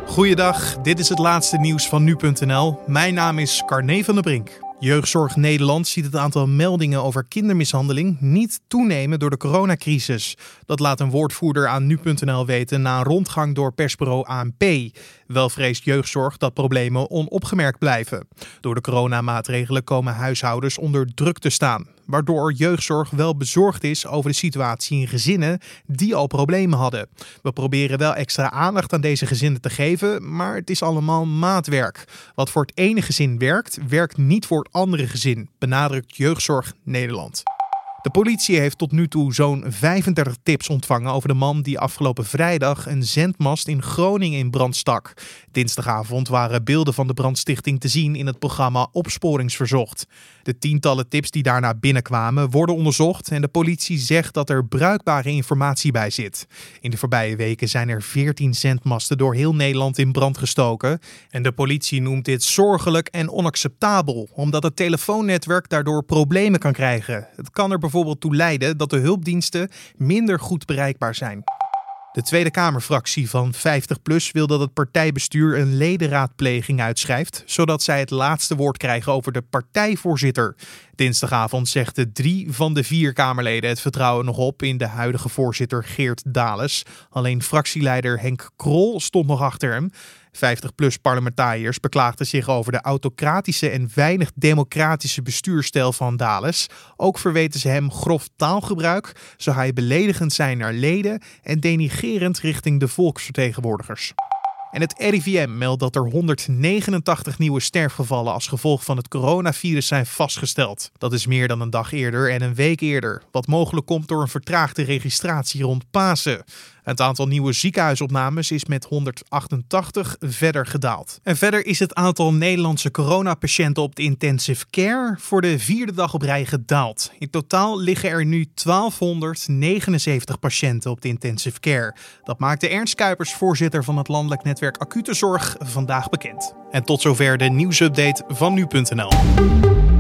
Goeiedag, dit is het laatste nieuws van nu.nl. Mijn naam is Carne van der Brink. Jeugdzorg Nederland ziet het aantal meldingen over kindermishandeling niet toenemen door de coronacrisis. Dat laat een woordvoerder aan nu.nl weten na een rondgang door persbureau ANP. Wel vreest jeugdzorg dat problemen onopgemerkt blijven. Door de coronamaatregelen komen huishoudens onder druk te staan, waardoor jeugdzorg wel bezorgd is over de situatie in gezinnen die al problemen hadden. We proberen wel extra aandacht aan deze gezinnen te geven, maar het is allemaal maatwerk. Wat voor het ene gezin werkt, werkt niet voor het andere gezin, benadrukt Jeugdzorg Nederland. De politie heeft tot nu toe zo'n 35 tips ontvangen over de man die afgelopen vrijdag een zendmast in Groningen in brand stak. Dinsdagavond waren beelden van de brandstichting te zien in het programma Opsporingsverzocht. De tientallen tips die daarna binnenkwamen worden onderzocht en de politie zegt dat er bruikbare informatie bij zit. In de voorbije weken zijn er 14 zendmasten door heel Nederland in brand gestoken. En de politie noemt dit zorgelijk en onacceptabel, omdat het telefoonnetwerk daardoor problemen kan krijgen. Het kan er bijvoorbeeld toe leiden dat de hulpdiensten minder goed bereikbaar zijn. De Tweede Kamerfractie van 50PLUS wil dat het partijbestuur een ledenraadpleging uitschrijft, zodat zij het laatste woord krijgen over de partijvoorzitter. Dinsdagavond zegden 3 van de 4 Kamerleden het vertrouwen nog op in de huidige voorzitter Geert Dales. Alleen fractieleider Henk Krol stond nog achter hem. 50PLUS parlementariërs beklaagden zich over de autocratische en weinig democratische bestuursstijl van Dales. Ook verweten ze hem grof taalgebruik, zou hij beledigend zijn naar leden en denigrerend richting de volksvertegenwoordigers. En het RIVM meldt dat er 189 nieuwe sterfgevallen als gevolg van het coronavirus zijn vastgesteld. Dat is meer dan een dag eerder en een week eerder, wat mogelijk komt door een vertraagde registratie rond Pasen. Het aantal nieuwe ziekenhuisopnames is met 188 verder gedaald. En verder is het aantal Nederlandse coronapatiënten op de intensive care voor de 4e dag op rij gedaald. In totaal liggen er nu 1279 patiënten op de intensive care. Dat maakte Ernst Kuipers, voorzitter van het landelijk netwerk Acute Zorg, vandaag bekend. En tot zover de nieuwsupdate van nu.nl.